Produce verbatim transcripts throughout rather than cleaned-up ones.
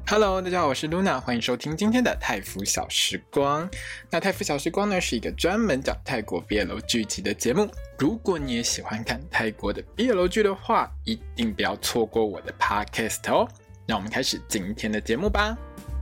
Hello， 大家好，我是 Luna， 欢迎收听今天的泰服小时光。那泰服小时光呢，是一个专门讲泰国 B L 剧集的节目。如果你也喜欢看泰国的 B L 剧的话，一定不要错过我的 Podcast 哦。那我们开始今天的节目吧。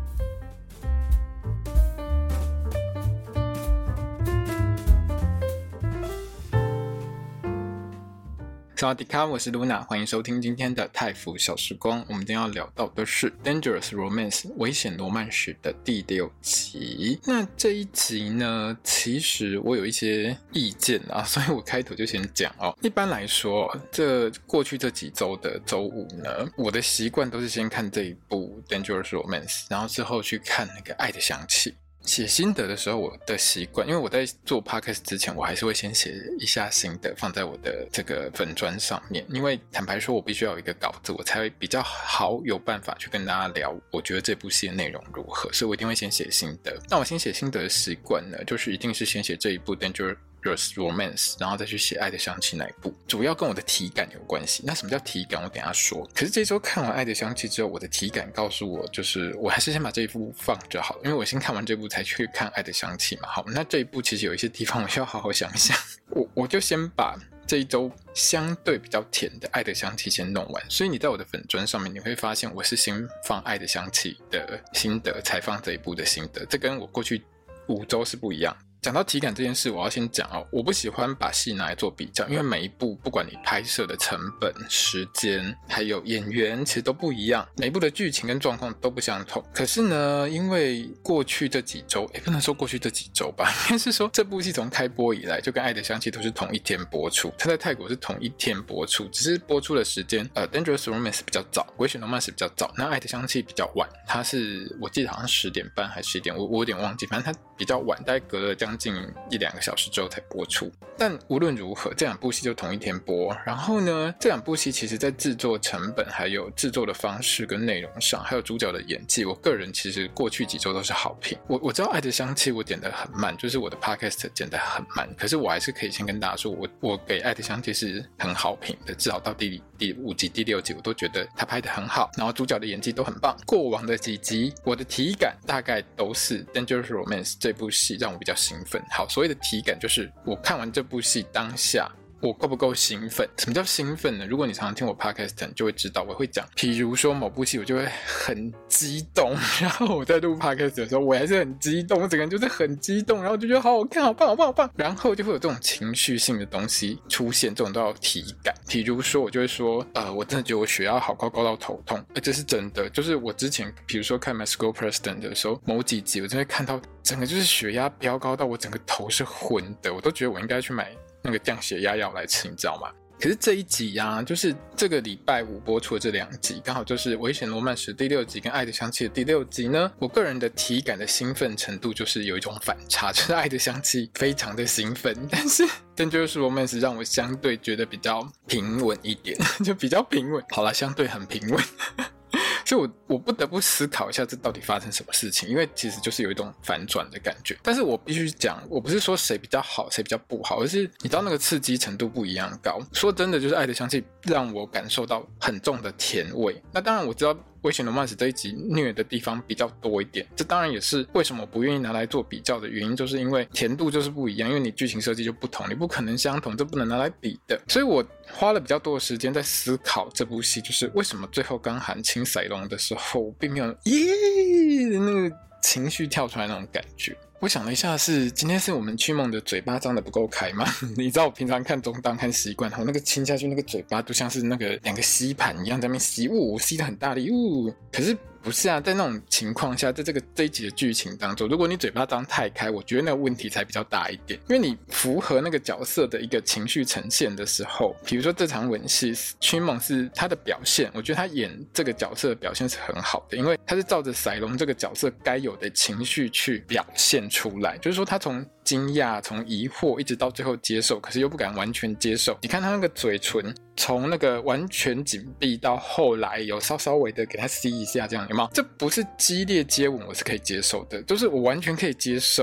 萨瓦迪卡，我是 Luna， 欢迎收听今天的泰服小时光。我们今天要聊到的是 Dangerous Romance 危险罗曼史的第六集。那这一集呢，其实我有一些意见啊，所以我开头就先讲哦。一般来说，这过去这几周的周五呢，我的习惯都是先看这一部 Dangerous Romance， 然后之后去看那个爱的香气。写心得的时候，我的习惯，因为我在做 podcast 之前，我还是会先写一下心得放在我的这个粉专上面，因为坦白说，我必须要有一个稿子，我才会比较好有办法去跟大家聊我觉得这部戏的内容如何，所以我一定会先写心得。那我先写心得的习惯呢，就是一定是先写这一部 Dangerous Romance， 然后再去写爱的香气那一部，主要跟我的体感有关系。那什么叫体感，我等一下说。可是这周看完爱的香气之后，我的体感告诉我，就是我还是先把这一部放着好了，因为我先看完这部才去看爱的香气嘛。好，那这一部其实有一些地方我需要好好想一想，我我就先把这一周相对比较甜的爱的香气先弄完，所以你在我的粉专上面你会发现我是先放爱的香气的心得才放这一部的心得，这跟我过去五周是不一样。讲到体感这件事，我要先讲哦，我不喜欢把戏拿来做比较，因为每一部不管你拍摄的成本、时间，还有演员，其实都不一样，每一部的剧情跟状况都不相同。可是呢，因为过去这几周，也不能说过去这几周吧，应该是说这部戏从开播以来，就跟《爱的香气》都是同一天播出，它在泰国是同一天播出，只是播出的时间，呃 ，Dangerous Romance 比较早，危险罗曼史比较早，那《爱的香气》比较晚，它是我记得好像十点半还是十点，我我有点忘记，反正它比较晚，大概隔了将近一两个小时之后才播出。但无论如何，这两部戏就同一天播。然后呢，这两部戏其实在制作成本、还有制作的方式跟内容上，还有主角的演技，我个人其实过去几周都是好评。我我知道《爱的香气》我剪得很慢，就是我的 podcast 剪得很慢，可是我还是可以先跟大家说，我我给《爱的香气》是很好评的，至少到第第五集、第六集，我都觉得他拍得很好，然后主角的演技都很棒。过往的几集，我的体感大概都是《Dangerous Romance》这部戏让我比较兴奋。好，所谓的体感就是我看完这部戏当下我够不够兴奋。什么叫兴奋呢？如果你常常听我 podcast 你就会知道我会讲，比如说某部戏我就会很激动，然后我在录 podcast 的时候我还是很激动，我整个人就是很激动，然后就觉得好好看好棒好棒好棒，然后就会有这种情绪性的东西出现，这种都要体感。比如说我就会说呃，我真的觉得我血压好高，高到头痛，而这是真的，就是我之前比如说看 My School President 的时候，某几集我真的看到整个就是血压飙高到我整个头是昏的，我都觉得我应该去买那个降血压药来吃，你知道吗？可是这一集啊，就是这个礼拜五播出的这两集，刚好就是《危险罗曼史》第六集跟《爱的香气》的第六集呢。我个人的体感的兴奋程度就是有一种反差，就是《爱的香气》非常的兴奋，但是《Dangerous Romance》让我相对觉得比较平稳一点，就比较平稳。好啦，相对很平稳。所以我我不得不思考一下这到底发生什么事情，因为其实就是有一种反转的感觉。但是我必须讲，我不是说谁比较好谁比较不好，而是你知道那个刺激程度不一样高。说真的，就是爱的香气让我感受到很重的甜味。那当然我知道危险罗曼史这一集虐的地方比较多一点，这当然也是为什么我不愿意拿来做比较的原因，就是因为甜度就是不一样，因为你剧情设计就不同，你不可能相同，这不能拿来比的。所以我花了比较多的时间在思考这部戏，就是为什么最后刚喊青塞龙的时候并没有耶那个情绪跳出来那种感觉。我想了一下是，今天是我们驱梦的嘴巴张得不够开吗？你知道我平常看中档看习惯，那个亲下去那个嘴巴就像是那个两个吸盘一样在那边吸，呜，吸得很大力，呜。可是不是啊，在那种情况下，在这个这一集的剧情当中，如果你嘴巴张太开，我觉得那个问题才比较大一点，因为你符合那个角色的一个情绪呈现的时候，比如说这场吻戏，驱梦是他的表现，我觉得他演这个角色的表现是很好的，因为他是照着塞隆这个角色该有的情绪去表现出来，就是说他从惊讶从疑惑一直到最后接受，可是又不敢完全接受。你看他那个嘴唇从那个完全紧闭到后来有稍稍微的给他吸一下，这样有没有？这不是激烈接吻我是可以接受的，就是我完全可以接受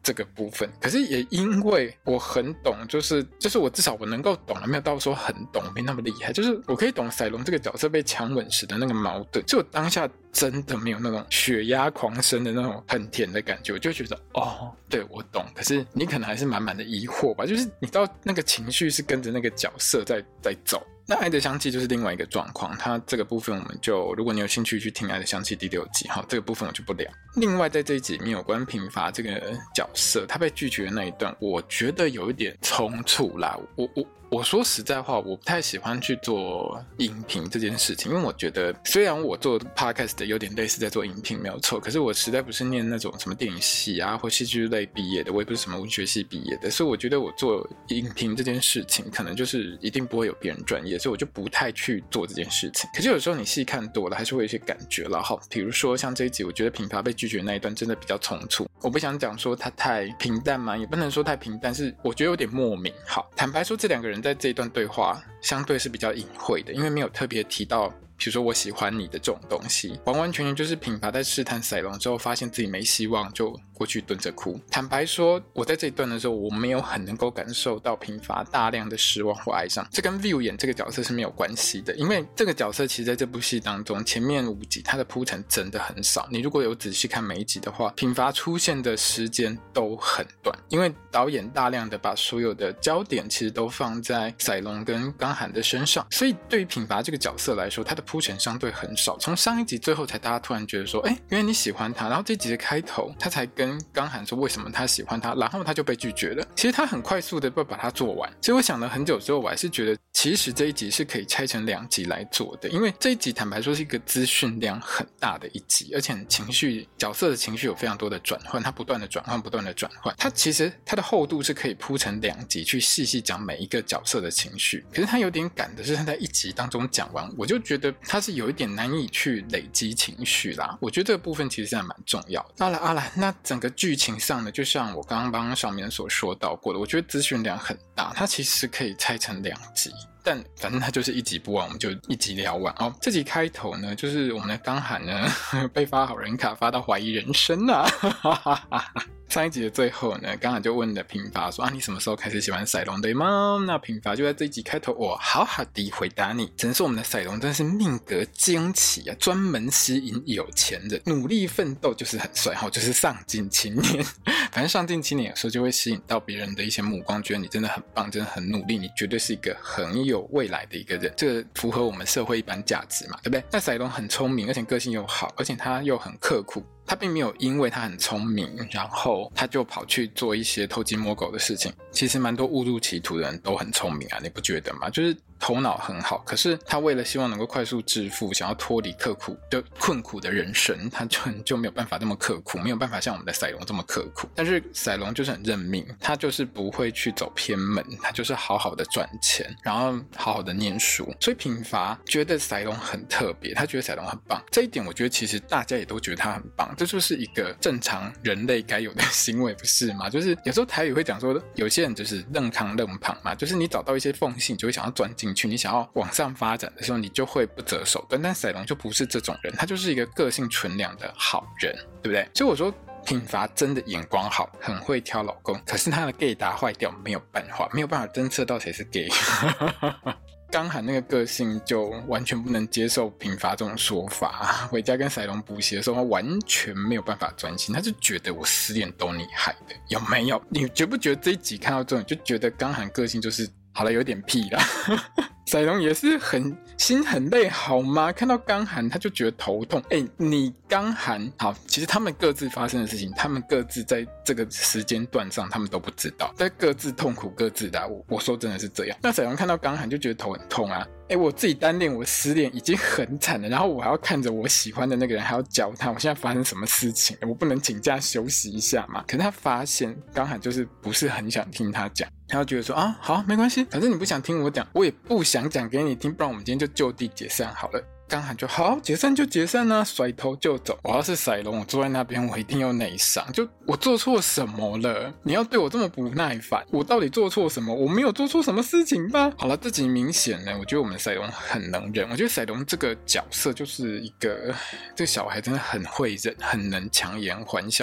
这个部分。可是也因为我很懂，就是就是我至少我能够懂了，没有到说很懂，没那么厉害，就是我可以懂赛龙这个角色被强吻时的那个矛盾，就我当下真的没有那种血压狂升的那种很甜的感觉，我就觉得哦，对，我懂。可是你可能还是满满的疑惑吧，就是你知道那个情绪是跟着那个角色在在走。那爱的香气就是另外一个状况，它这个部分我们就如果你有兴趣去听爱的香气第六集，好，这个部分我就不聊。另外在这一集里面有关贫乏这个角色，他被拒绝的那一段，我觉得有一点冲突啦。我我我说实在话，我不太喜欢去做影评这件事情，因为我觉得虽然我做 podcast 有点类似在做影评没有错，可是我实在不是念那种什么电影系啊或戏剧类毕业的，我也不是什么文学系毕业的，所以我觉得我做影评这件事情可能就是一定不会有别人专业，所以我就不太去做这件事情。可是有时候你细看多了还是会有一些感觉啦。好，比如说像这一集我觉得贫乏被拒绝那一段真的比较冲突，我不想讲说它太平淡嘛，也不能说太平淡，是我觉得有点莫名。好，坦白说这两个人在这一段对话相对是比较隐晦的，因为没有特别提到比如说我喜欢你的这种东西，完完全全就是贫乏在试探赛龙之后发现自己没希望就过去蹲着哭。坦白说我在这一段的时候我没有很能够感受到贫乏大量的失望或哀伤，这跟 View 演这个角色是没有关系的，因为这个角色其实在这部戏当中前面五集它的铺陈真的很少，你如果有仔细看每一集的话，贫乏出现的时间都很短，因为导演大量的把所有的焦点其实都放在赛龙跟刚涵的身上，所以对于贫乏这个角色来说，他的铺陈相对很少，从上一集最后才大家突然觉得说哎，原来你喜欢他，然后这集的开头他才跟刚涵说为什么他喜欢他，然后他就被拒绝了，其实他很快速的把它做完。所以我想了很久之后，我还是觉得其实这一集是可以拆成两集来做的，因为这一集坦白说是一个资讯量很大的一集，而且情绪角色的情绪有非常多的转换，他不断的转换不断的转换，他其实他的厚度是可以铺成两集去细细讲每一个角色的情绪，可是他有点赶的是他在一集当中讲完，我就觉得他是有一点难以去累积情绪啦，我觉得这个部分其实是还蛮重要的。好了好了，那整个剧情上呢，就像我刚刚上面所说到过的，我觉得资讯量很大，它其实可以拆成两集，但反正它就是一集不完我们就一集聊完哦。这集开头呢，就是我们的刚涵呢被发好人卡发到怀疑人生啦上一集的最后呢，刚涵就问了贫乏说啊，你什么时候开始喜欢赛龙对吗？那贫乏就在这一集开头我好好地回答你，只能说我们的赛龙真的是命格惊奇啊，专门吸引有钱人，努力奋斗就是很帅，就是上进青年反正上进青年有时候就会吸引到别人的一些目光，觉得你真的很棒，真的很努力，你绝对是一个很有未来的一个人，这个符合我们社会一般价值嘛，对不对？那赛龙很聪明，而且个性又好，而且他又很刻苦，他并没有因为他很聪明然后他就跑去做一些偷鸡摸狗的事情，其实蛮多误入歧途的人都很聪明啊，你不觉得吗？就是头脑很好，可是他为了希望能够快速致富，想要脱离刻苦的困苦的人生，他就就没有办法那么刻苦，没有办法像我们的赛龙这么刻苦。但是赛龙就是很认命，他就是不会去走偏门，他就是好好的赚钱，然后好好的念书。所以贫乏觉得赛龙很特别，他觉得赛龙很棒，这一点我觉得其实大家也都觉得他很棒，这就是一个正常人类该有的行为，不是吗？就是有时候台语会讲说有些人就是愣康愣胖嘛，就是你找到一些缝隙你就会想要钻进去，你想要往上发展的时候你就会不择手段，但赛龙就不是这种人，他就是一个个性纯良的好人，对不对？所以我说贫乏真的眼光好，很会挑老公，可是他的 gay 达坏掉，没有办法没有办法侦测到谁是 gay 刚涵那个个性就完全不能接受贫乏这种说法，回家跟赛龙补习的时候完全没有办法专心，他就觉得我失恋都你害的，有没有？你觉不觉得这一集看到这种就觉得刚涵个性就是好了有点屁啦赛龙也是很心很累好吗？看到刚涵他就觉得头痛，哎，你刚涵好，其实他们各自发生的事情，他们各自在这个时间段上他们都不知道，但各自痛苦各自的、啊、我, 我说真的是这样。那赛龙看到刚涵就觉得头很痛啊，哎，我自己单恋我失恋已经很惨了，然后我还要看着我喜欢的那个人还要教他，我现在发生什么事情了？我不能请假休息一下嘛？可是他发现刚涵就是不是很想听他讲，他就觉得说啊，好，没关系，反正你不想听我讲，我也不想讲给你听，不然我们今天就就地解散好了。刚涵就好，解散就解散啊，甩头就走。我要是赛龙，我坐在那边我一定要内伤，就我做错什么了？你要对我这么不耐烦，我到底做错什么？我没有做错什么事情吧？好了，这集明显呢，我觉得我们赛龙很能忍，我觉得赛龙这个角色就是一个，这个小孩真的很会忍，很能强颜欢笑，就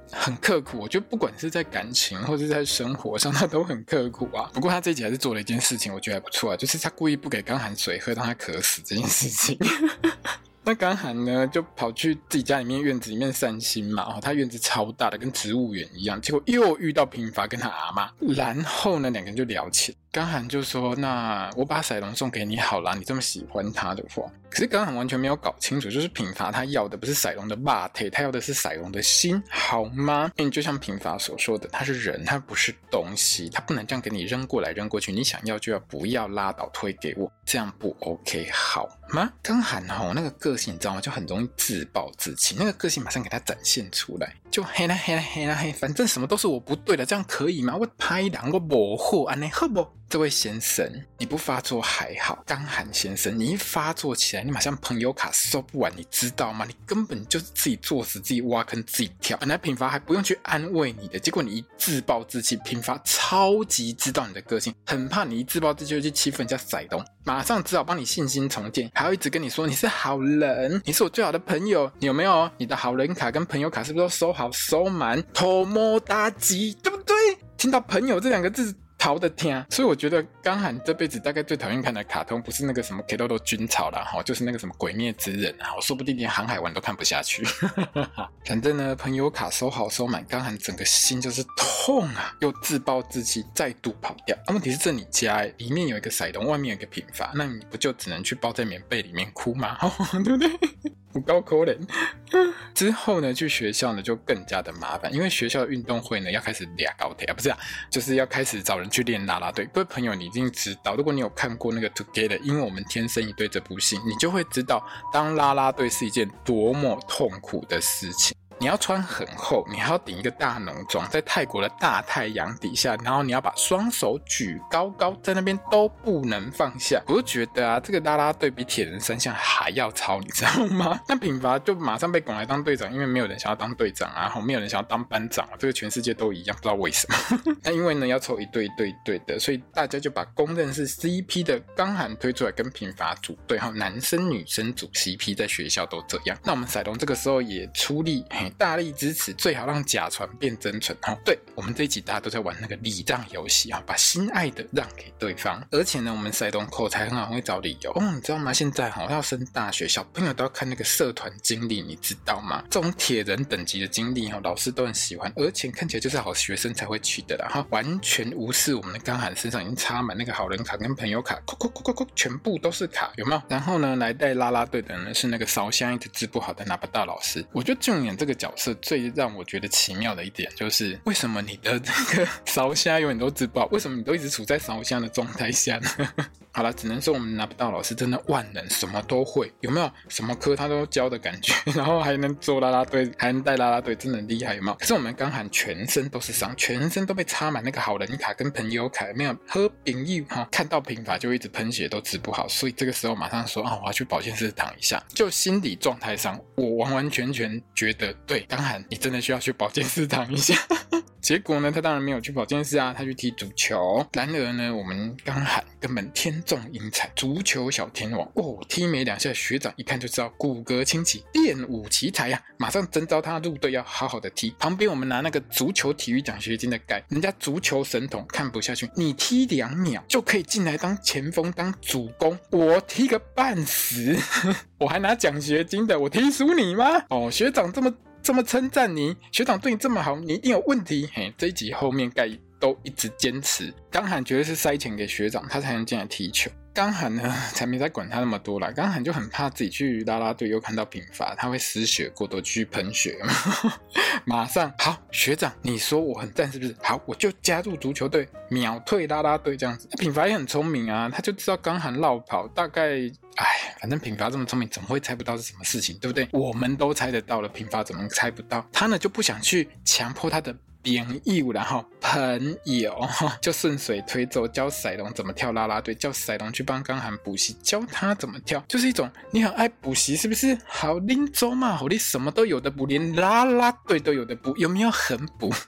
很刻苦，我觉得不管是在感情或者在生活上，他都很刻苦啊。不过他这一集还是做了一件事情，我觉得还不错啊，就是他故意不给刚涵水喝，让他渴死这件事情。那刚涵呢就跑去自己家里面院子里面散心嘛，哦，他院子超大的，跟植物园一样。结果又遇到平伐跟他阿嬷，然后呢两个人就聊起来。刚涵就说：“那我把赛龙送给你好啦，你这么喜欢他的话。”可是刚涵完全没有搞清楚，就是平伐他要的不是赛龙的肉体，他要的是赛龙的心，好吗？因为就像平伐所说的，他是人，他不是东西，他不能这样给你扔过来扔过去，你想要就要，不要拉倒推给我，这样不 OK 好吗？刚涵吼那个个性你知道吗？就很容易自暴自弃，那个个性马上给他展现出来，就嘿啦嘿啦嘿啦嘿，反正什么都是我不对的，这样可以吗？我歹人我没好，安尼好不？这位先生，你不发作还好，刚涵先生，你一发作起来，你马上朋友卡收不完，你知道吗？你根本就是自己作死，自己挖坑，自己跳。本来平伐还不用去安慰你的，结果你一自暴自弃，平伐超级知道你的个性，很怕你一自暴自弃就去欺负人家塞东，马上只好帮你信心重建，还要一直跟你说你是好人，你是我最好的朋友，你有没有？你的好人卡跟朋友卡是不是都收好收满？偷摸打击，对不对？听到朋友这两个字逃的听，所以我觉得刚涵这辈子大概最讨厌看的卡通不是那个什么 Keroro 军草啦，就是那个什么鬼灭之刃啊，我说不定连航海王都看不下去。反正呢，朋友卡收好收满，刚涵整个心就是痛啊，又自暴自弃，再度跑掉。啊，问题是这你家耶，里面有一个骰龙，外面有一个平伐，那你不就只能去抱在棉被里面哭吗？对不对？不够可怜。之后呢，去学校呢就更加的麻烦，因为学校的运动会呢要开始俩高铁啊，不是啊，就是要开始找人去练啦啦队。各位朋友，你一定知道，如果你有看过那个 Together， 因为我们天生一对这部戏，你就会知道，当啦啦队是一件多么痛苦的事情。你要穿很厚，你还要顶一个大浓妆，在泰国的大太阳底下，然后你要把双手举高高，在那边都不能放下。我就觉得啊，这个啦啦队比铁人三项还要操，你知道吗？那平伐就马上被拱来当队长，因为没有人想要当队长啊，没有人想要当班长啊，这个全世界都一样，不知道为什么。那因为呢要凑一对一对一对的，所以大家就把公认是 C P 的刚涵推出来跟平伐组队，然后男生女生组 C P， 在学校都这样。那我们赛龙这个时候也出力，大力支持，最好让假传变真传。哦，对，我们这一集大家都在玩那个礼让游戏啊，把心爱的让给对方。而且呢，我们赛龙口才很好，会找理由。哦，你知道吗？现在哈要升大学，小朋友都要看那个社团经历，你知道吗？这种铁人等级的经历哈，老师都很喜欢，而且看起来就是好学生才会取得的哈，完全无视我们的刚涵身上已经插满那个好人卡跟朋友卡，扣扣扣扣扣，全部都是卡，有没有？然后呢，来带啦啦队的呢是那个烧香一直治不好的拿不到老师。我觉得俊演这个角色最让我觉得奇妙的一点就是，为什么你的这个烧虾永远都治不好？为什么你都一直处在烧虾的状态下呢？好了，只能说我们拿不到老师真的万能，什么都会，有没有？什么科他都教的感觉，然后还能做啦啦队，还能带啦啦队，真的很厉害，有没有？可是我们刚涵全身都是伤，全身都被插满那个好人卡跟朋友卡，有没有？喝饼友哈，看到平伐就一直喷血，都治不好，所以这个时候马上说啊，我要去保健室躺一下。就心理状态上，我完完全全觉得对，刚涵你真的需要去保健室躺一下。结果呢，他当然没有去保健室啊，他去踢足球。然而呢，我们刚涵根本天纵英才，足球小天王哦，踢没两下，学长一看就知道骨骼清奇，练武奇才呀、啊，马上征召他入队，要好好的踢。旁边我们拿那个足球体育奖学金的盖，人家足球神童看不下去，你踢两秒就可以进来当前锋当主攻，我踢个半死，我还拿奖学金的，我踢输你吗？哦，学长这么。这么称赞你，学长对你这么好，你一定有问题。嘿，这一集后面盖都一直坚持，刚涵绝对是塞钱给学长，他才能进来踢球。刚涵呢，才没在管他那么多啦。刚涵就很怕自己去啦啦队又看到平伐，他会失血过多，继续喷血。马上好，学长，你说我很赞是不是？好，我就加入足球队，秒退啦啦队这样子。平伐也很聪明啊，他就知道刚涵落跑，大概。哎，反正平伐这么聪明，怎么会猜不到是什么事情，对不对？我们都猜得到了，平伐怎么猜不到？他呢就不想去强迫他的朋友，然后朋友就顺水推舟，教赛龙怎么跳啦啦队，叫赛龙去帮刚涵补习，教他怎么跳，就是一种你很爱补习是不是？好拎走嘛，好你什么都有的补，连啦啦队都有的补，有没有很补？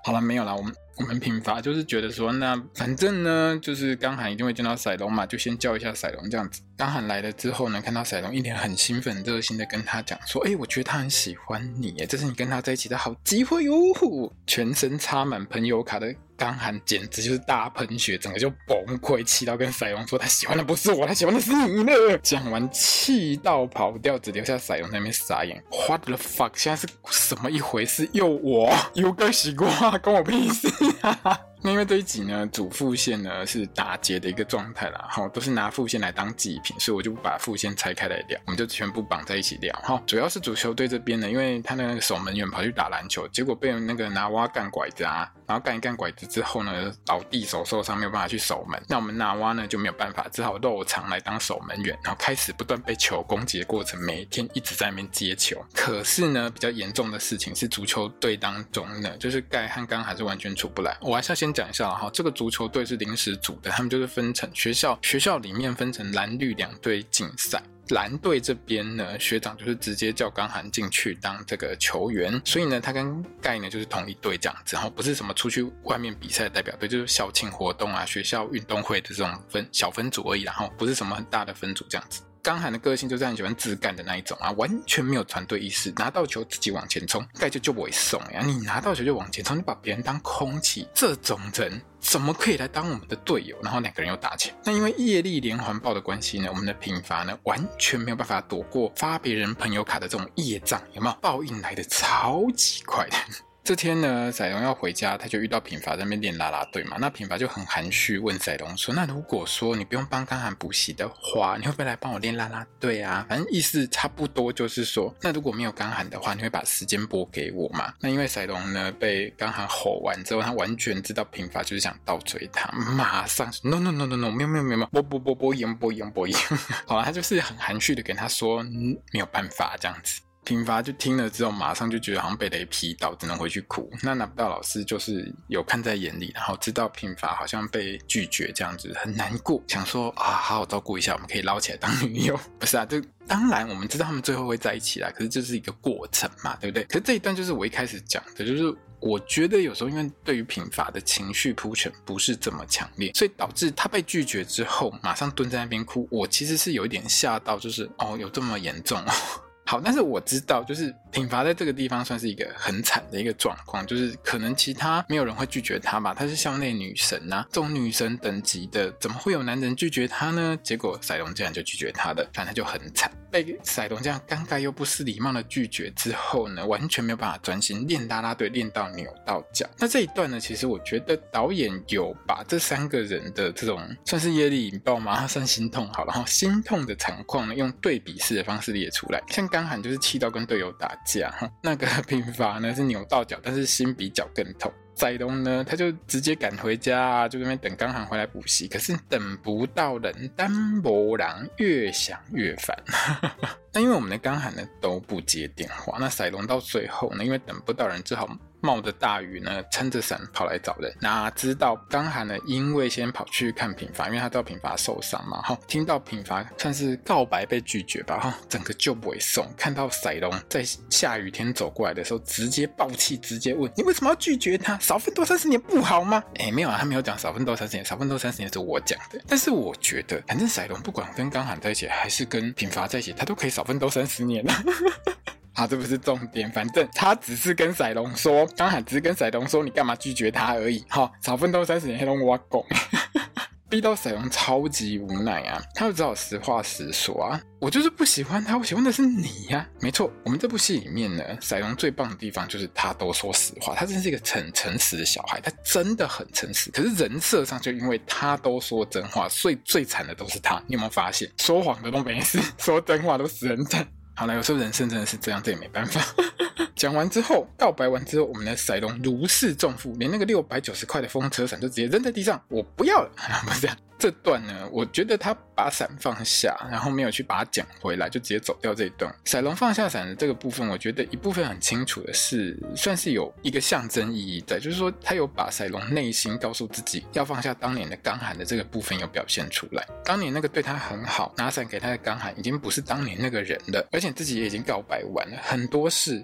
好了，没有啦，我们我们品伐就是觉得说，那反正呢，就是刚涵一定会见到赛龙嘛，就先叫一下赛龙这样子。刚涵来了之后呢，看到赛龙一脸很兴奋、热心的跟他讲说：“哎、欸，我觉得他很喜欢你耶，这是你跟他在一起的好机会哟！”全身插满朋友卡的刚涵简直就是大喷血，整个就崩溃，气到跟赛龙说：“他喜欢的不是我，他喜欢的是你呢！”讲完气到跑掉，只留下赛龙在那边傻眼。What the fuck？ 现在是什么一回事？又我有个西瓜，关我屁事啊！那因为这一集呢，主副线呢是打结的一个状态啦，齁，都是拿副线来当祭品，所以我就不把副线拆开来聊，我们就全部绑在一起聊。齁，主要是足球队这边呢，因为他的那个守门员跑去打篮球，结果被那个拿蛙干拐子啊，然后干一干拐子之后呢，倒地手受伤，没有办法去守门。那我们拿蛙呢就没有办法，只好肉偿来当守门员，然后开始不断被球攻击的过程，每天一直在那边接球。可是呢，比较严重的事情是足球队当中呢，就是盖和刚还是完全出不来。我还是要先讲一下哈，这个足球队是临时组的，他们就是分成学校学校里面分成蓝绿两队竞赛。蓝队这边呢，学长就是直接叫刚涵进去当这个球员，所以呢，他跟盖呢就是同一队这样子，然后不是什么出去外面比赛的代表队，就是校庆活动啊、学校运动会的这种分小分组而已，然后不是什么很大的分组这样子。刚涵的个性就是很喜欢自干的那一种啊，完全没有团队意识，拿到球自己往前冲，盖就就不会送呀。你拿到球就往前冲，你把别人当空气，这种人怎么可以来当我们的队友？然后两个人又打起来。那因为业力连环爆的关系呢，我们的品伐呢完全没有办法躲过发别人朋友卡的这种业障，有没有？报应来的超级快的。这天呢，赛龙要回家，他就遇到品伐在那边练啦啦队嘛。那品伐就很含蓄问赛龙说：“那如果说你不用帮刚涵补习的话，你会不会来帮我练啦啦队啊？”反正意思差不多就是说，那如果没有刚涵的话，你会把时间拨给我嘛？那因为赛龙呢被刚涵吼完之后，他完全知道品伐就是想倒追他，马上 no no no no no 没有没有没有，波波波波赢波赢波赢。好了，他就是很含蓄的跟他说、嗯、没有办法这样子。品伐就听了之后马上就觉得好像被雷劈到，只能回去哭。那拿不到老师就是有看在眼里，然后知道品伐好像被拒绝这样子，很难过，想说啊好好照顾一下，我们可以捞起来当女友。不是啊，这当然我们知道他们最后会在一起啦，可是这是一个过程嘛，对不对？可是这一段就是我一开始讲的，就是我觉得有时候因为对于品伐的情绪铺陈不是这么强烈，所以导致他被拒绝之后马上蹲在那边哭，我其实是有一点吓到，就是哦有这么严重哦。好，但是我知道就是品伐在这个地方算是一个很惨的一个状况，就是可能其他没有人会拒绝他吧，她是校内女神啊，这种女神等级的怎么会有男人拒绝她呢？结果赛龙竟然就拒绝她的，反正就很惨，被赛龙这样尴尬又不失礼貌的拒绝之后呢，完全没有办法专心练啦啦队，练到扭到脚。那这一段呢，其实我觉得导演有把这三个人的这种算是业力引爆吗？算心痛好了，然后心痛的场况呢，用对比式的方式列出来，像刚涵就是气到跟队友打架，那个品伐呢是扭到脚，但是心比脚更痛。赛龙呢，他就直接赶回家啊，就在那边等刚涵回来补习，可是等不到人，单没人，越想越烦。那因为我们的刚涵呢都不接电话，那赛龙到最后呢，因为等不到人，只好冒着大雨呢，撑着伞跑来找人。哪知道刚涵呢，因为先跑去看品伐，因为他知道品伐受伤嘛，齁，听到品伐算是告白被拒绝吧，齁，整个就不会送。看到赛龙在下雨天走过来的时候，直接爆气，直接问你为什么要拒绝他？少奋斗三十年不好吗？哎、欸，没有啊，他没有讲少奋斗三十年，少奋斗三十年是我讲的。但是我觉得，反正赛龙不管跟刚涵在一起，还是跟品伐在一起，他都可以少奋斗三十年了。好，这不是重点，反正他只是跟赛龙说，刚涵只是跟赛龙说你干嘛拒绝他而已。好，少奋斗三十年，黑龙我讲。逼到赛龙超级无奈啊，他就只好实话实说啊，我就是不喜欢他，我喜欢的是你呀、啊。没错，我们这部戏里面呢，赛龙最棒的地方就是他都说实话，他真是一个很诚实的小孩，他真的很诚实。可是人设上就因为他都说真话，所以最惨的都是他。你有没有发现，说谎的都没事，说真话都死人惨。好了，有时候人生真的是这样，这也没办法。讲完之后，告白完之后，我们的赛龙如释重负，连那个六百九十块的风车伞就直接扔在地上，我不要了。不是这样，这段呢，我觉得他把伞放下，然后没有去把它捡回来，就直接走掉这一段。赛龙放下伞的这个部分，我觉得一部分很清楚的是，算是有一个象征意义在，就是说他有把赛龙内心告诉自己要放下当年的刚涵的这个部分有表现出来。当年那个对他很好，拿伞给他的刚涵已经不是当年那个人了，而且自己也已经告白完了，很多事他也觉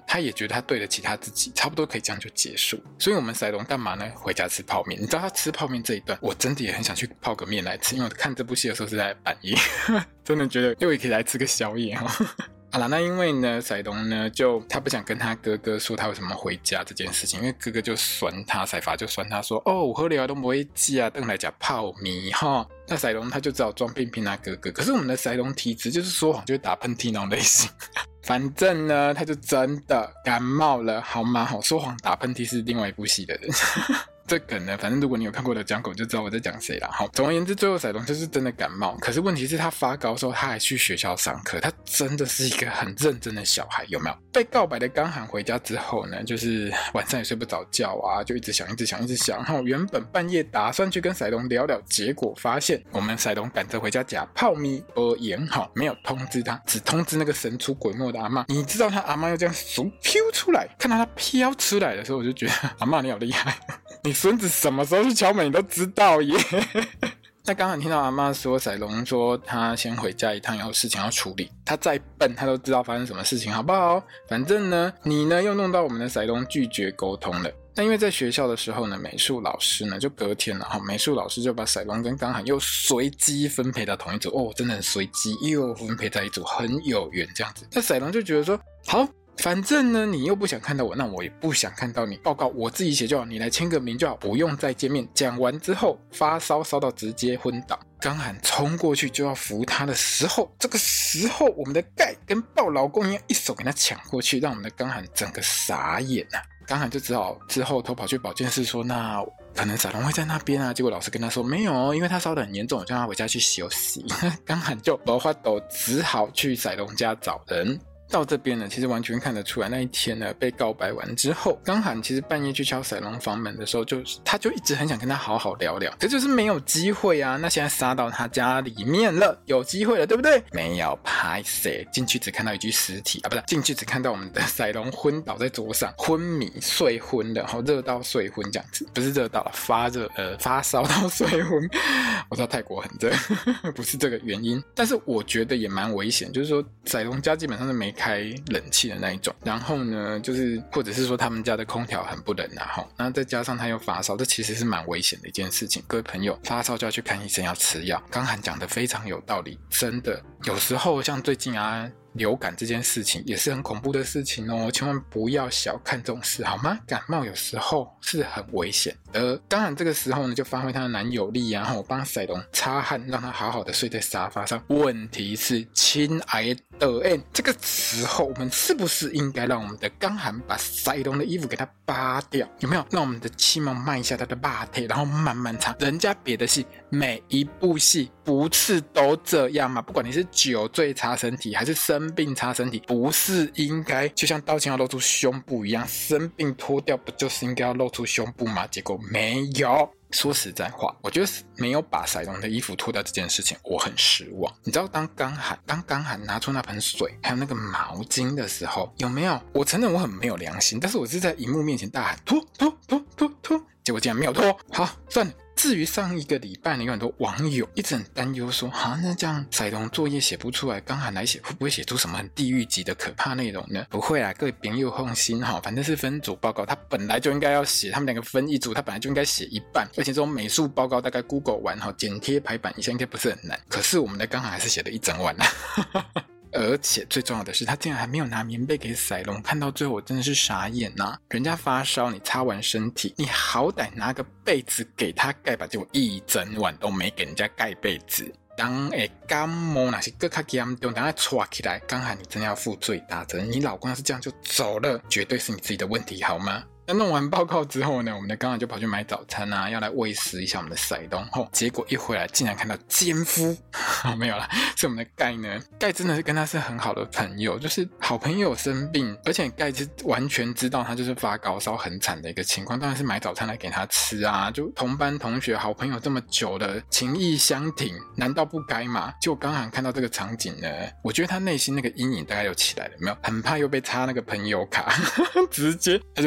得他对得起他自己，差不多可以这样就结束。所以我们赛龙干嘛呢？回家吃泡面。你知道他吃泡面这一段，我真的也很想去泡个面来吃，因为我看这部戏的时候是在半夜，真的觉得又可以来吃个宵夜哦。好啦，那因为呢，赛龙呢就他不想跟他哥哥说他为什么回家这件事情，因为哥哥就酸他，赛发就酸他说，哦，我喝了都不会记啊，等来讲泡米哈。那赛龙他就只好装病骗他哥哥，可是我们的赛龙体质就是说谎就会打喷嚏那种类型。反正呢，他就真的感冒了，好吗？好，说谎打喷嚏是另外一部戏的人。这梗呢，反正如果你有看过的讲狗就知道我在讲谁啦。好，总而言之，最后赛龙就是真的感冒，可是问题是他发高烧，他还去学校上课，他真的是一个很认真的小孩，有没有？被告白的刚喊回家之后呢，就是晚上也睡不着觉啊，就一直想一直想一直想，然后原本半夜打算去跟赛龙聊聊，结果发现我们赛龙赶着回家夹泡米而言好，没有通知他，只通知那个神出鬼没的阿嬷。你知道他阿嬷又这样咻飘出来，看到他飘出来的时候，我就觉得阿嬷你好厉害，你孙子什么时候去敲门你都知道耶。那刚刚听到阿嬷说赛龙说他先回家一趟，有事情要处理，他再笨他都知道发生什么事情好不好？反正呢你呢又弄到我们的赛龙拒绝沟通了。那因为在学校的时候呢，美术老师呢就隔天了，美术老师就把赛龙跟刚喊又随机分配到同一组，哦，真的很随机，又分配在一组，很有缘这样子。那赛龙就觉得说好，反正呢你又不想看到我，那我也不想看到你，报告我自己写就好，你来签个名就好，不用再见面。讲完之后发烧烧到直接昏倒，刚喊冲过去就要扶他的时候，这个时候我们的盖跟抱老公一样，一手给他抢过去，让我们的刚喊整个傻眼啊。刚喊就只好之后偷跑去保健室说，那可能赛龙会在那边啊，结果老师跟他说没有，因为他烧得很严重，叫他回家去休息。刚喊就没办法，只好去赛龙家找人。到这边呢，其实完全看得出来，那一天呢被告白完之后，刚喊其实半夜去敲赛龙房门的时候，就他就一直很想跟他好好聊聊，可就是没有机会啊。那现在杀到他家里面了，有机会了，对不对？没有，拍谁进去只看到一具尸体啊，不是进去只看到我们的赛龙昏倒在桌上，昏迷睡昏的，好热到睡昏这样子，不是热到发热呃发烧到睡昏。我知道泰国很热，不是这个原因，但是我觉得也蛮危险，就是说赛龙家基本上是没开冷气的那一种，然后呢就是或者是说他们家的空调很不冷啊，那再加上他又发烧，这其实是蛮危险的一件事情。各位朋友发烧就要去看医生，要吃药。刚涵讲的非常有道理，真的有时候像最近啊流感这件事情也是很恐怖的事情哦，千万不要小看这种事好吗？感冒有时候是很危险的。当然这个时候呢就发挥他的男友力啊，然后帮赛龙擦汗，让他好好的睡在沙发上。问题是亲爱的 N 这个时候我们是不是应该让我们的刚涵把赛龙的衣服给他扒掉，有没有？让我们的气毛慢一下他的霸体，然后慢慢擦。人家别的戏每一部戏不是都这样吗？不管你是酒醉擦身体还是生病擦身体，不是应该就像道歉要露出胸部一样，生病脱掉不就是应该要露出胸部吗？结果没有。说实在话，我觉得没有把赛龙的衣服脱掉这件事情我很失望。你知道当刚涵当刚涵拿出那盆水还有那个毛巾的时候，有没有？我承认我很没有良心，但是我是在荧幕面前大喊脱脱脱脱脱，结果竟然没有脱。好，算了。至于上一个礼拜呢，有很多网友一直很担忧说，哈，那这样赛龙作业写不出来，刚涵来写会不会写出什么很地狱级的可怕内容呢？不会啦，各位朋友放心哈，反正是分组报告，他本来就应该要写，他们两个分一组，他本来就应该写一半，而且这种美术报告大概 Google 完哈，剪贴排版一下应该不是很难。可是我们的刚涵还是写了一整晚啦。而且最重要的是他竟然还没有拿棉被给赛龙，看到最后我真的是傻眼啊。人家发烧你擦完身体，你好歹拿个被子给他盖吧，结果一整晚都没给人家盖被子。当会感冒那是更加严重，等下抓起来，刚涵你真的要负最大责任。你老公要是这样就走了，绝对是你自己的问题好吗？那弄完报告之后呢，我们的刚涵就跑去买早餐啊，要来喂食一下我们的赛龙。后结果一回来竟然看到奸夫，没有啦，是我们的盖呢。盖真的是跟他是很好的朋友，就是好朋友生病，而且盖是完全知道他就是发高烧很惨的一个情况，当然是买早餐来给他吃啊。就同班同学好朋友这么久的情谊相挺，难道不该吗？就刚涵看到这个场景呢，我觉得他内心那个阴影大概又起来了，没有？很怕又被插那个朋友卡，直接他就直接走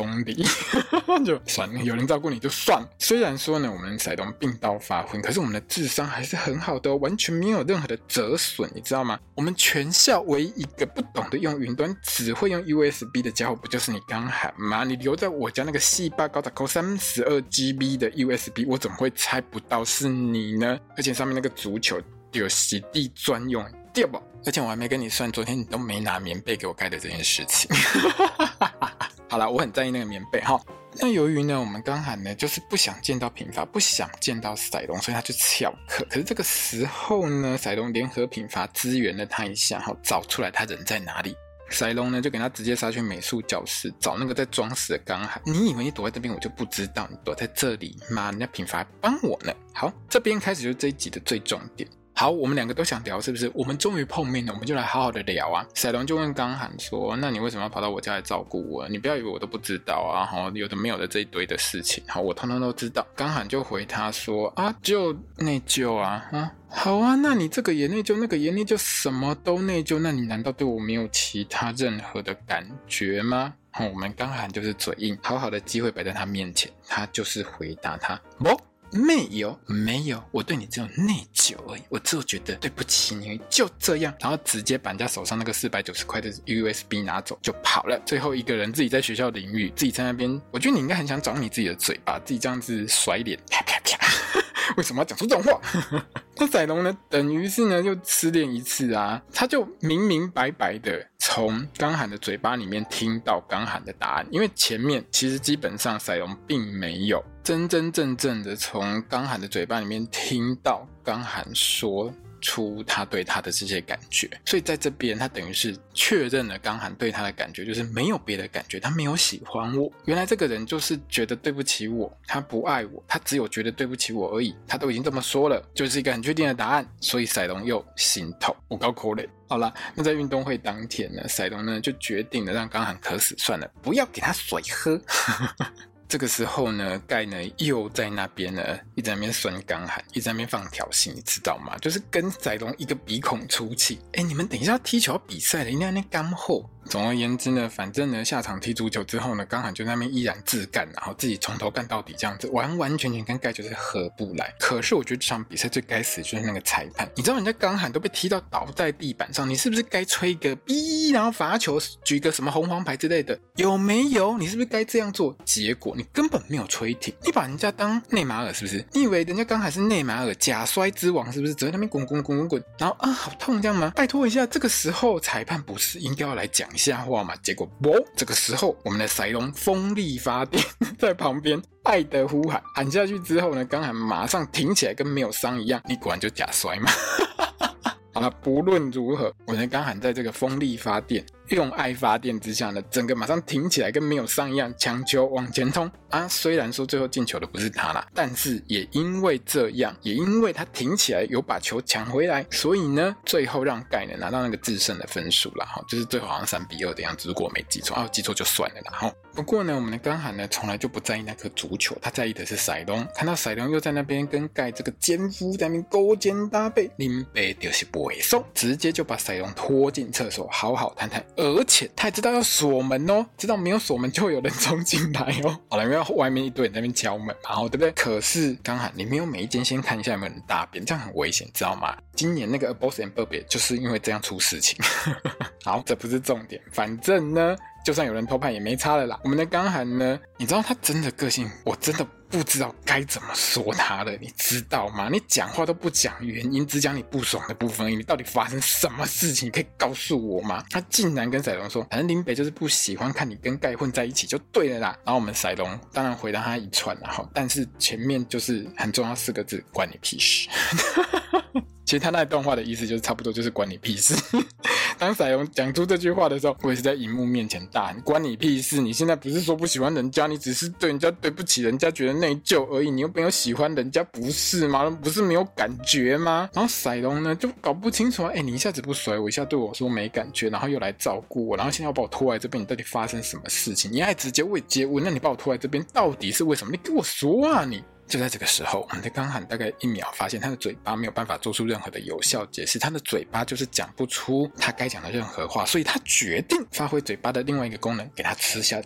总理就算了，有人照顾你就算了。虽然说呢我们赛东病到发昏，可是我们的智商还是很好的哦，完全没有任何的折损，你知道吗？我们全校唯一一个不懂得用云端只会用 U S B 的家伙不就是你刚喊吗？你留在我家那个细八高达扣三十二 G B 的 U S B 我怎么会猜不到是你呢？而且上面那个足球有洗地专用，对吧？而且我还没跟你算昨天你都没拿棉被给我盖的这件事情好啦，我很在意那个棉被哈。那由于呢我们刚喊呢就是不想见到品罚，不想见到赛龙，所以他就翘课。可是这个时候呢赛龙联合品罚支援了他一下，找出来他人在哪里。赛龙呢就给他直接杀去美术教室找那个在装死的刚喊。你以为你躲在这边我就不知道你躲在这里吗？人家品罚帮我呢。好，这边开始就是这一集的最重点。好，我们两个都想聊，是不是？我们终于碰面了，我们就来好好的聊啊。赛龙就问刚喊说，那你为什么要跑到我家来照顾我？你不要以为我都不知道啊，有的没有的这一堆的事情，好，我通通都知道。刚喊就回他说啊，就内疚啊，啊好啊，那你这个也内疚，那个也内疚，什么都内疚，那你难道对我没有其他任何的感觉吗？哦、我们刚喊就是嘴硬，好好的机会摆在他面前，他就是回答他不。没有没有，我对你只有内疚而已，我只有觉得对不起你，就这样，然后直接把人家手上那个四百九十块的 U S B 拿走就跑了。最后一个人自己在学校淋雨，自己在那边，我觉得你应该很想长你自己的嘴巴，自己这样子甩脸啪啪啪为什么要讲出这种话那赛龙呢等于是呢又失恋一次啊，他就明明白白的从刚喊的嘴巴里面听到刚喊的答案，因为前面其实基本上赛龙并没有真真正正的从刚喊的嘴巴里面听到刚喊说出他对他的这些感觉，所以在这边他等于是确认了刚喊对他的感觉就是没有别的感觉，他没有喜欢我，原来这个人就是觉得对不起我，他不爱我，他只有觉得对不起我而已，他都已经这么说了，就是一个很确定的答案，所以赛龙又心痛，我高口嘞。好啦，那在运动会当天呢，赛龙呢就决定了让刚喊渴死算了，不要给他水喝这个时候呢盖呢又在那边呢一直在那边酸刚喊，一直在那边放挑衅，你知道吗？就是跟赛龙一个鼻孔出气，哎，你们等一下要踢球要比赛了，一定要那边干后。总而言之呢，反正呢下场踢足球之后呢，刚喊就在那边依然自干，然后自己从头干到底这样子，完完全全跟盖就是合不来。可是我觉得这场比赛最该死的就是那个裁判，你知道人家刚喊都被踢到倒在地板上，你是不是该吹个哔，然后罚球举个什么红黄牌之类的，有没有？你是不是该这样做？结果你根本没有吹停，你把人家当内马尔是不是？你以为人家刚喊是内马尔假摔之王是不是？只在那边滚滚滚滚滚，然后啊好痛这样吗？拜托一下，这个时候裁判不是应该要来讲一下话嘛？结果不，这个时候我们的赛龙风力发电在旁边爱的呼喊，喊下去之后呢，刚喊马上挺起来跟没有伤一样，你果然就假摔嘛好了，不论如何，我们刚喊在这个风力发电用爱发电之下呢，整个马上挺起来跟没有伤一样，强球往前冲啊！虽然说最后进球的不是他啦，但是也因为这样，也因为他挺起来有把球抢回来，所以呢最后让盖呢拿到那个制胜的分数啦，就是最后好像三比二的样子，如果我没记错啊，记错就算了啦。不过呢我们的刚喊呢从来就不在意那颗足球，他在意的是赛龙，看到赛龙又在那边跟盖这个奸夫在那边勾肩搭背，林北就是不会松，直接就把赛龙拖进厕所好好谈谈，而且他还知道要锁门哦，知道没有锁门就会有人冲进来哦。好了，因为外面一堆人在那边敲门嘛，对不对？可是刚喊你没有每一间先看一下有没有人大便，这样很危险，知道吗？今年那个 A Boss and Bubble 就是因为这样出事情好，这不是重点，反正呢就算有人偷拍也没差了啦。我们的刚喊呢，你知道他真的个性，我真的不知道该怎么说他了，你知道吗？你讲话都不讲原因，只讲你不爽的部分而已，你到底发生什么事情？你可以告诉我吗？他竟然跟赛龙说，反正林北就是不喜欢看你跟盖混在一起就对了啦。然后我们赛龙当然回答他一串啦，但是前面就是很重要四个字，关你屁事其实他那段话的意思就是差不多就是关你屁事当赛龙讲出这句话的时候，我也是在荧幕面前大喊关你屁事，你现在不是说不喜欢人家，你只是对人家对不起人家觉得内疚而已，你又没有喜欢人家不是吗？不是没有感觉吗？然后赛龙呢就搞不清楚，哎、欸，你一下子不甩我，一下对我说没感觉，然后又来照顾我，然后现在要把我拖来这边，你到底发生什么事情？你还直接未接问，那你把我拖来这边到底是为什么？你给我说啊你！就在这个时候，我们的刚喊大概一秒发现他的嘴巴没有办法做出任何的有效解释，他的嘴巴就是讲不出他该讲的任何话，所以他决定发挥嘴巴的另外一个功能，给他吃下去。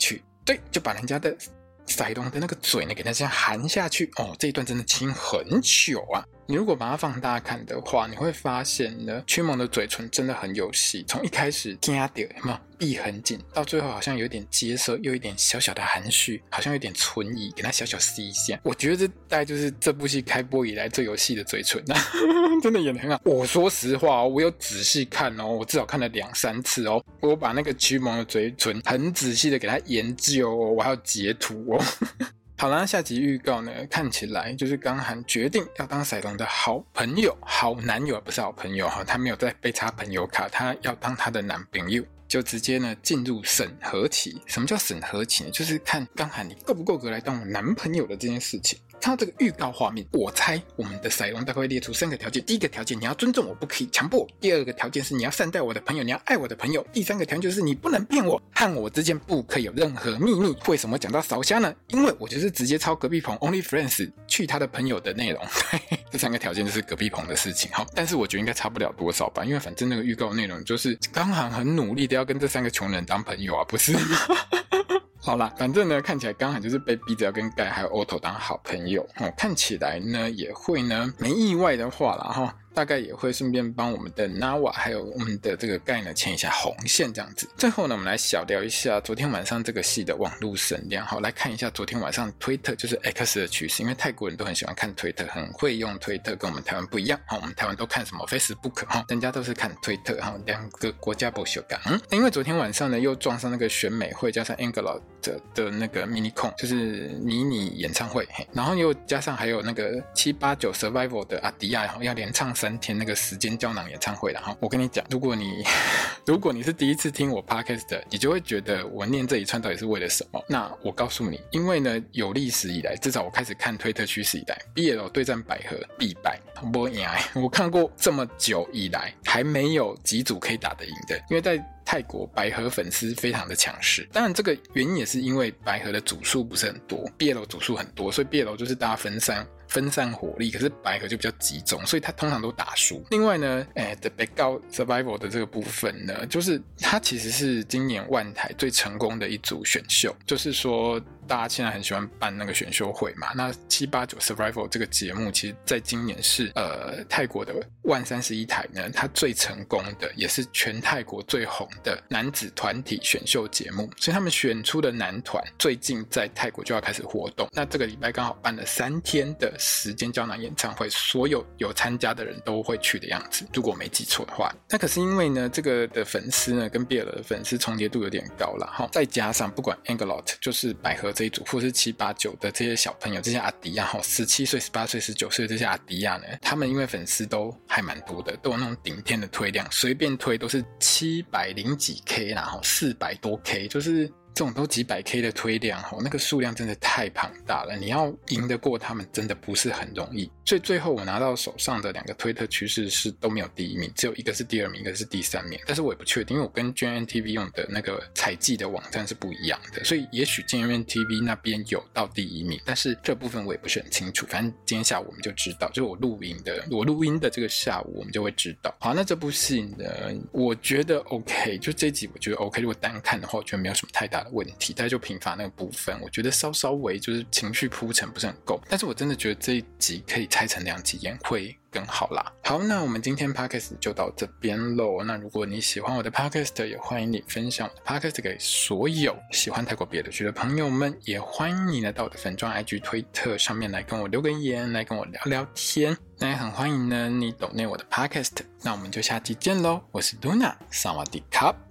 对，就把人家的塞隆的那个嘴呢给它这样含下去哦，这一段真的亲很久啊。你如果把它放大看的话，你会发现呢，驱蒙的嘴唇真的很有戏，从一开始惊到有没有闭很紧，到最后好像有点接受，又有一点小小的含蓄，好像有点存疑，给它小小吸一下。我觉得这大概就是这部戏开播以来最有戏的嘴唇啊，真的演得很好。我说实话哦，我有仔细看哦，我至少看了两三次哦，我把那个驱蒙的嘴唇很仔细的给它研究哦，我还有截图哦。好啦，下集预告呢，看起来就是刚涵决定要当赛隆的好朋友、好男友，不是好朋友哈，他没有在被插朋友卡，他要当他的男朋友，就直接呢进入审核期。什么叫审核期呢？就是看刚涵你够不够格来当我男朋友的这件事情。看到这个预告画面，我猜我们的赛隆大概会列出三个条件。第一个条件，你要尊重我，不可以强迫我；第二个条件是你要善待我的朋友，你要爱我的朋友；第三个条件就是你不能骗我，和我之间不可以有任何秘密。为什么讲到烧虾呢？因为我就是直接抄隔壁棚 Only Friends 去他的朋友的内容。这三个条件就是隔壁棚的事情。好，但是我觉得应该差不了多少吧，因为反正那个预告内容就是刚涵很努力的要跟这三个穷人当朋友啊，不是？好啦，反正呢，看起来刚好就是被逼着要跟盖还有 Otto 当好朋友，哦，看起来呢也会呢，没意外的话啦哈。大概也会顺便帮我们的 Nawa 还有我们的这个盖呢牵一下红线这样子。最后呢，我们来小聊一下昨天晚上这个戏的网络声量。好，来看一下昨天晚上推特就是 X 的趋势，因为泰国人都很喜欢看推特，很会用推特，跟我们台湾不一样。好，我们台湾都看什么 Facebook 哈，人家都是看推特哈，两个国家不相干。嗯，因为昨天晚上呢又撞上那个选美会，加上 Angela 的, 的那个 mini con 就是迷你演唱会，然后又加上还有那个七八九 Survival 的阿迪亚要连唱三天那个时间胶囊演唱会了哈。我跟你讲，如果你如果你是第一次听我 podcast 的，你就会觉得我念这一串到底是为了什么。那我告诉你，因为呢有历史以来，至少我开始看推特趋势以来 B L 对战百合必败，不赢。我看过这么久以来还没有几组可以打得赢的，因为在泰国百合粉丝非常的强势，当然这个原因也是因为百合的组数不是很多， B L 组数很多，所以 B L 就是大家分散分散火力，可是百合就比较集中，所以它通常都打输。另外呢，哎 The Backout Survival 的这个部分呢，就是它其实是今年万台最成功的一组选秀，就是说大家现在很喜欢办那个选秀会嘛，那七八九 Survival 这个节目其实在今年是呃泰国的万三十一台呢，它最成功的，也是全泰国最红的男子团体选秀节目，所以他们选出的男团最近在泰国就要开始活动。那这个礼拜刚好办了三天的时间胶囊演唱会，所有有参加的人都会去的样子，如果我没记错的话。那可是因为呢，这个的粉丝呢跟 B L 的粉丝重叠度有点高啦，再加上不管 Angelot 就是百合这一组，或是七八九的这些小朋友，这些阿迪亚十七岁、十八岁、十九岁的这些阿迪亚呢，他们因为粉丝都还蛮多的，都有那种顶天的推量，随便推都是七百零几 K 然后四百多 K， 就是这种都几百 K 的推量，那个数量真的太庞大了，你要赢得过他们真的不是很容易。所以最后我拿到手上的两个推特趋势是都没有第一名，只有一个是第二名，一个是第三名，但是我也不确定，因为我跟 J N N T V 用的那个采集的网站是不一样的，所以也许 J N N T V 那边有到第一名，但是这部分我也不是很清楚，反正今天下午我们就知道，就是我录音的我录音的这个下午我们就会知道。好，那这部戏呢我觉得 OK， 就这一集我觉得 OK， 如果单看的话我觉得没有什么太大的问题，大概就贫乏那个部分我觉得稍稍微就是情绪铺陈不是很够，但是我真的觉得这一集可以拆成两集演会更好啦。好，那我们今天 podcast 就到这边咯。那如果你喜欢我的 podcast， 也欢迎你分享我的 podcast 给所有喜欢泰国别的剧的朋友们，也欢迎你来到我的粉专 I G 推特上面来跟我留个言，来跟我聊聊天。那也很欢迎呢你抖内我的 podcast。那我们就下期见咯，我是 Luna， 萨瓦迪卡。